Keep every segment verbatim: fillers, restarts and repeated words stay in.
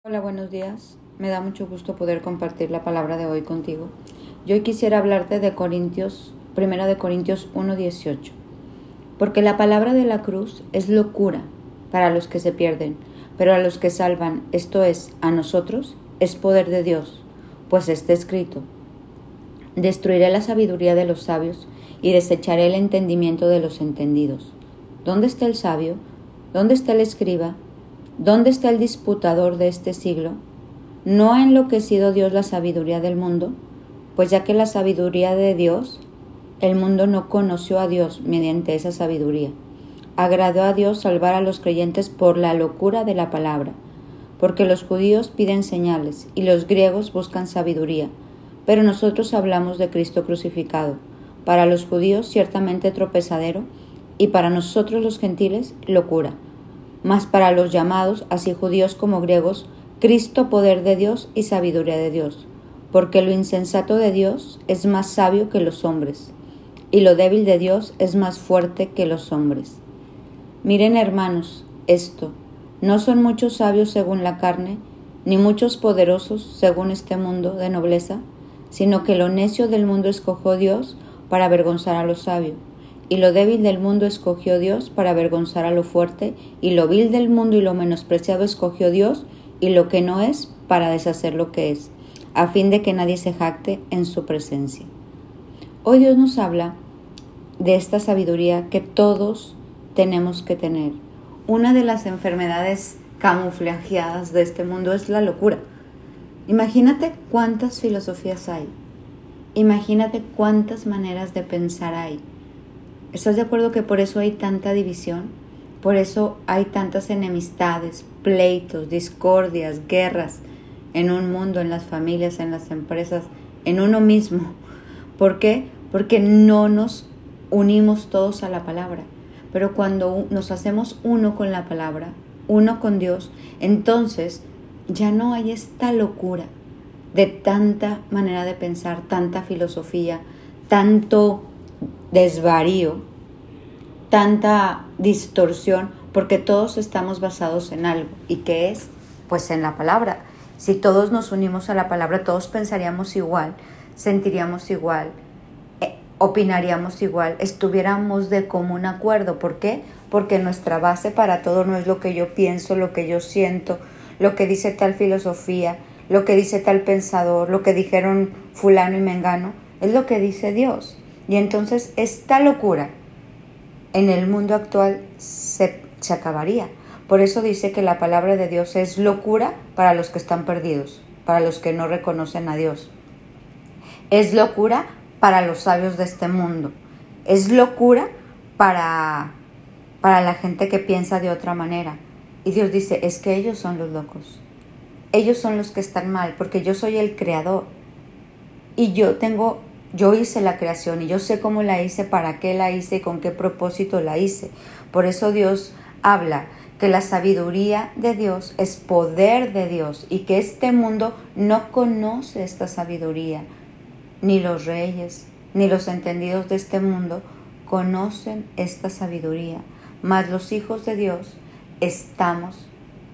Hola, buenos días. Me da mucho gusto poder compartir la palabra de hoy contigo. Yo hoy quisiera hablarte de Corintios, primera de Corintios uno dieciocho. Porque la palabra de la cruz es locura para los que se pierden, pero a los que salvan, esto es, a nosotros, es poder de Dios, pues está escrito: destruiré la sabiduría de los sabios y desecharé el entendimiento de los entendidos. ¿Dónde está el sabio? ¿Dónde está el escriba? ¿Dónde está el disputador de este siglo? ¿No ha enloquecido Dios la sabiduría del mundo? Pues ya que la sabiduría de Dios, el mundo no conoció a Dios mediante esa sabiduría. Agradó a Dios salvar a los creyentes por la locura de la palabra, porque los judíos piden señales y los griegos buscan sabiduría, pero nosotros hablamos de Cristo crucificado, para los judíos ciertamente tropezadero y para nosotros los gentiles locura. Mas para los llamados, así judíos como griegos, Cristo poder de Dios y sabiduría de Dios, porque lo insensato de Dios es más sabio que los hombres, y lo débil de Dios es más fuerte que los hombres. Miren, hermanos, esto: no son muchos sabios según la carne, ni muchos poderosos según este mundo de nobleza, sino que lo necio del mundo escogió Dios para avergonzar a lo sabio, y lo débil del mundo escogió Dios para avergonzar a lo fuerte, y lo vil del mundo y lo menospreciado escogió Dios, y lo que no es, para deshacer lo que es, a fin de que nadie se jacte en su presencia. Hoy Dios nos habla de esta sabiduría que todos tenemos que tener. Una de las enfermedades camuflajeadas de este mundo es la locura. Imagínate cuántas filosofías hay. Imagínate cuántas maneras de pensar hay. ¿Estás de acuerdo que por eso hay tanta división? Por eso hay tantas enemistades, pleitos, discordias, guerras en un mundo, en las familias, en las empresas, en uno mismo. ¿Por qué? Porque no nos unimos todos a la palabra. Pero cuando nos hacemos uno con la palabra, uno con Dios, entonces ya no hay esta locura de tanta manera de pensar, tanta filosofía, tanto desvarío, tanta distorsión, porque todos estamos basados en algo. ¿Y qué es? Pues en la palabra. Si todos nos unimos a la palabra, todos pensaríamos igual, sentiríamos igual, eh, opinaríamos igual, estuviéramos de común acuerdo. ¿Por qué? Porque nuestra base para todo no es lo que yo pienso, lo que yo siento, lo que dice tal filosofía, lo que dice tal pensador, lo que dijeron fulano y mengano, es lo que dice Dios. Y entonces esta locura en el mundo actual se, se acabaría. Por eso dice que la palabra de Dios es locura para los que están perdidos, para los que no reconocen a Dios. Es locura para los sabios de este mundo. Es locura para, para la gente que piensa de otra manera. Y Dios dice, es que ellos son los locos. Ellos son los que están mal, porque yo soy el creador. Y yo tengo... Yo hice la creación y yo sé cómo la hice, para qué la hice y con qué propósito la hice. Por eso Dios habla que la sabiduría de Dios es poder de Dios y que este mundo no conoce esta sabiduría. Ni los reyes, ni los entendidos de este mundo conocen esta sabiduría. Mas los hijos de Dios estamos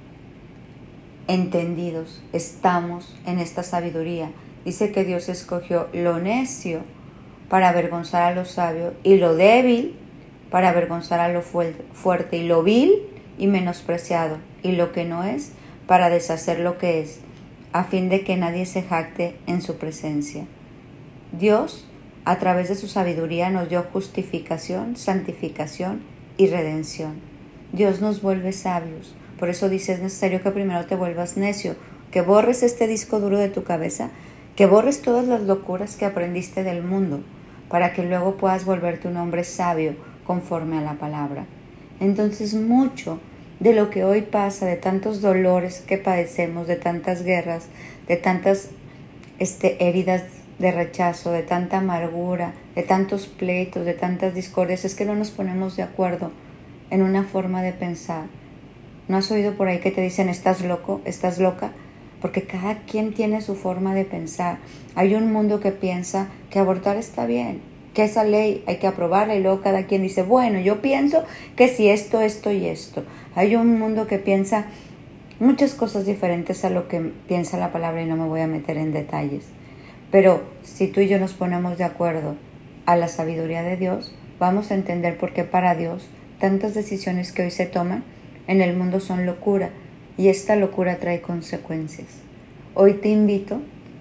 entendidos, estamos en esta sabiduría. Dice que Dios escogió lo necio para avergonzar a lo sabio y lo débil para avergonzar a lo fuerte y lo vil y menospreciado y lo que no es para deshacer lo que es, a fin de que nadie se jacte en su presencia. Dios, a través de su sabiduría, nos dio justificación, santificación y redención. Dios nos vuelve sabios. Por eso dice, es necesario que primero te vuelvas necio, que borres este disco duro de tu cabeza, que borres todas las locuras que aprendiste del mundo, para que luego puedas volverte un hombre sabio conforme a la palabra. Entonces, mucho de lo que hoy pasa, de tantos dolores que padecemos, de tantas guerras, de tantas este, heridas de rechazo, de tanta amargura, de tantos pleitos, de tantas discordias, es que no nos ponemos de acuerdo en una forma de pensar. ¿No has oído por ahí que te dicen, estás loco, estás loca? Porque cada quien tiene su forma de pensar. Hay un mundo que piensa que abortar está bien, que esa ley hay que aprobarla, y luego cada quien dice, bueno, yo pienso que si esto, esto y esto. Hay un mundo que piensa muchas cosas diferentes a lo que piensa la palabra y no me voy a meter en detalles. Pero si tú y yo nos ponemos de acuerdo a la sabiduría de Dios, vamos a entender por qué para Dios tantas decisiones que hoy se toman en el mundo son locura, y esta locura trae consecuencias. Hoy te invito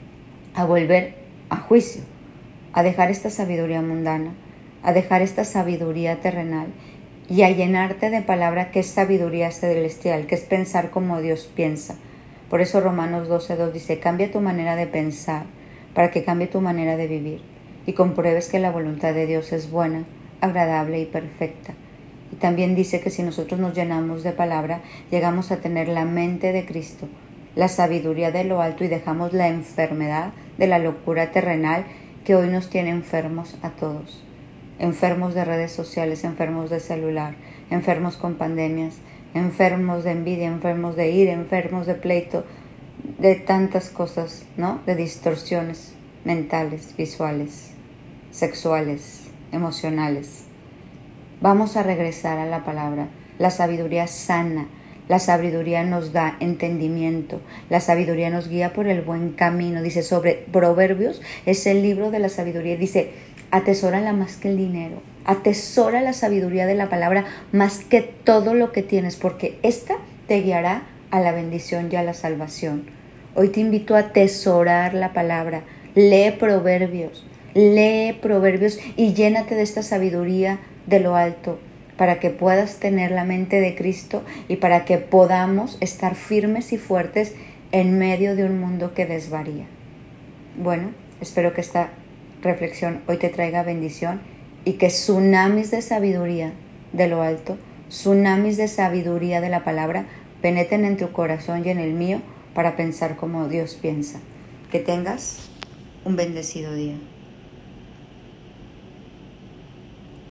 a volver a juicio, a dejar esta sabiduría mundana, a dejar esta sabiduría terrenal y a llenarte de palabra que es sabiduría celestial, que es pensar como Dios piensa. Por eso Romanos doce dos dice, cambia tu manera de pensar para que cambie tu manera de vivir y compruebes que la voluntad de Dios es buena, agradable y perfecta. Y también dice que si nosotros nos llenamos de palabra, llegamos a tener la mente de Cristo, la sabiduría de lo alto y dejamos la enfermedad de la locura terrenal que hoy nos tiene enfermos a todos. Enfermos de redes sociales, enfermos de celular, enfermos con pandemias, enfermos de envidia, enfermos de ira, enfermos de pleito, de tantas cosas, ¿no? De distorsiones mentales, visuales, sexuales, emocionales. Vamos a regresar a la palabra. La sabiduría sana, la sabiduría nos da entendimiento, la sabiduría nos guía por el buen camino. Dice sobre Proverbios, es el libro de la sabiduría, dice, atesórala más que el dinero, atesora la sabiduría de la palabra más que todo lo que tienes, porque esta te guiará a la bendición y a la salvación. Hoy te invito a atesorar la palabra, lee Proverbios, lee Proverbios y llénate de esta sabiduría de lo alto, para que puedas tener la mente de Cristo y para que podamos estar firmes y fuertes en medio de un mundo que desvaría. Bueno, espero que esta reflexión hoy te traiga bendición y que tsunamis de sabiduría de lo alto, tsunamis de sabiduría de la palabra penetren en tu corazón y en el mío para pensar como Dios piensa. Que tengas un bendecido día.